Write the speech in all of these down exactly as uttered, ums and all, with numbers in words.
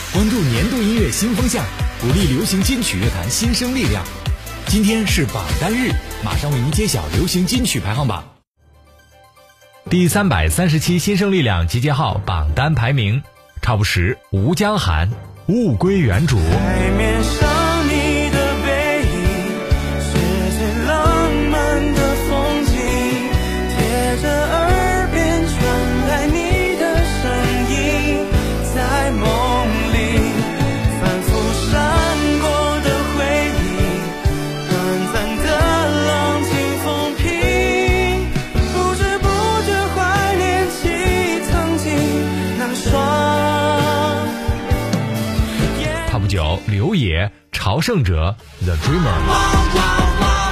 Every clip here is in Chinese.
关注年度音乐新风向，鼓励流行金曲乐坛新生力量。今天是榜单日，马上为您揭晓流行金曲排行榜。第三百三十期新生力量集结号榜单排名 Top 十，吴江涵《物归原主》。 海面上你的背影是最浪漫的风景，贴着耳边传来你的声音，在梦里反复闪过的回忆，短暂的浪尽风平，不知不觉怀念起曾经那双。 Top 九，刘野《朝圣者》The Dreamer。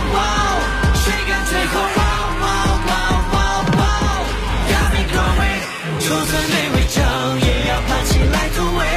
就算没违章，也要爬起来突围。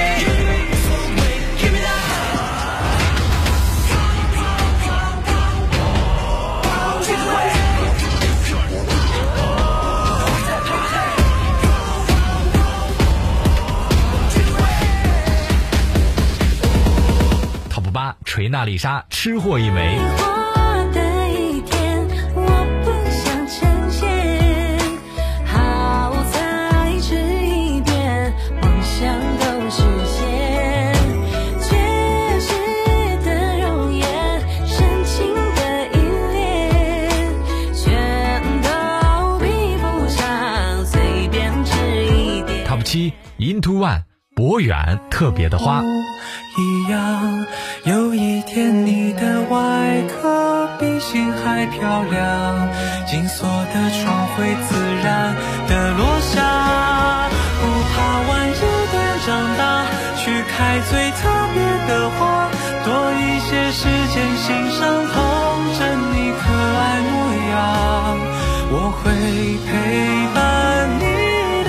Top 八，锤娜丽莎《吃货一枚》。Top 七，Into One 博远特别的花。 一样，有一天你的外壳比心还漂亮，紧锁的窗会自然的落下，不怕晚一点长大，去开最特别的花，多一些时间欣赏透着你可爱模样，我会陪伴你。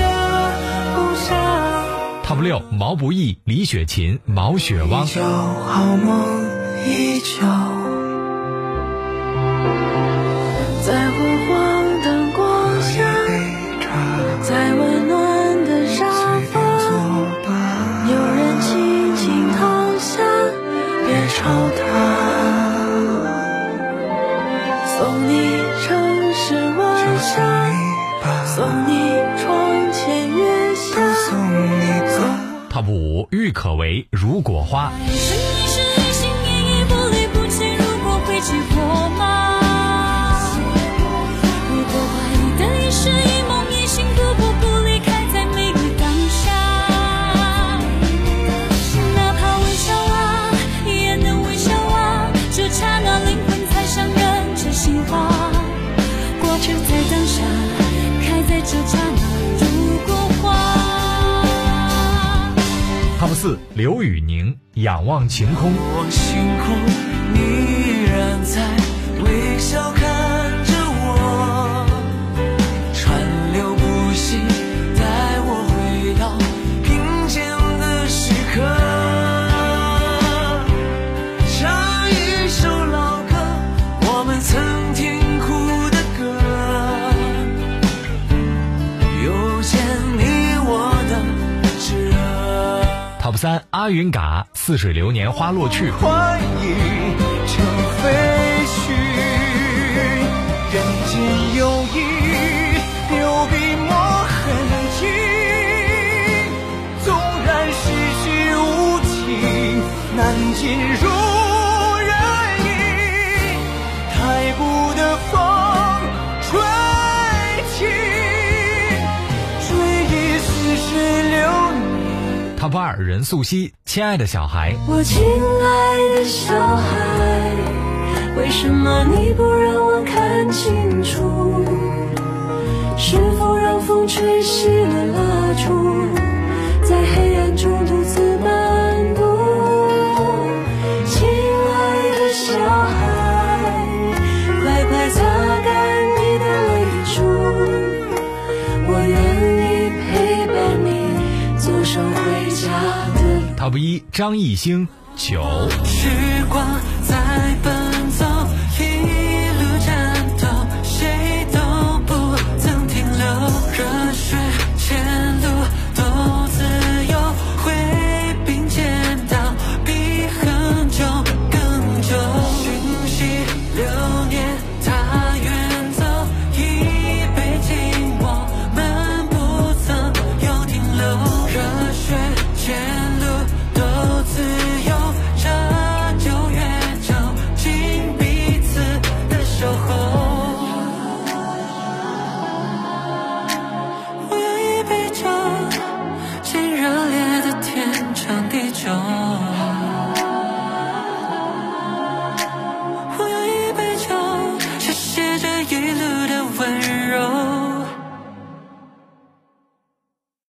Top 六，毛不易、李雪琴《毛血汪》。 依旧好梦依旧，在昏黄灯光下，在温暖的沙发，有人轻轻躺下，别吵他。送你城市晚霞，送你窗前月下，送你 Top 五，郁可唯《如果花》。 是你是一心一意不离不弃，如果会起火吗？如果怀疑的一世一梦一心不破不离开，在每个当下，哪怕微笑啊也能微笑啊，这刹那灵魂才相认真心话，过去在当下，开在这刹那如果花。 Top 四，刘宇宁《仰望晴空》。 仰望星空，你依然在微笑看着我，川流不息，带我回到平静的时刻，唱一首老歌，我们曾听哭的歌，又见你我的炙热。 Top 三，阿云嘎《似水流年花落去》。 欢迎就飞去，人间有意，留笔墨痕迹，纵然世事无情，难尽如人意，太步的风吹起，追忆似水流年。 Top 二，任素汐《亲爱的小孩》。 我亲爱的小孩，为什么你不让我看清楚？是否让风吹熄了蜡烛，在黑暗中独自漫步？亲爱的小孩，快快擦干你的泪珠，我愿意陪伴你走上回家的路。 Top 一，张艺兴《酒》。 时光在奔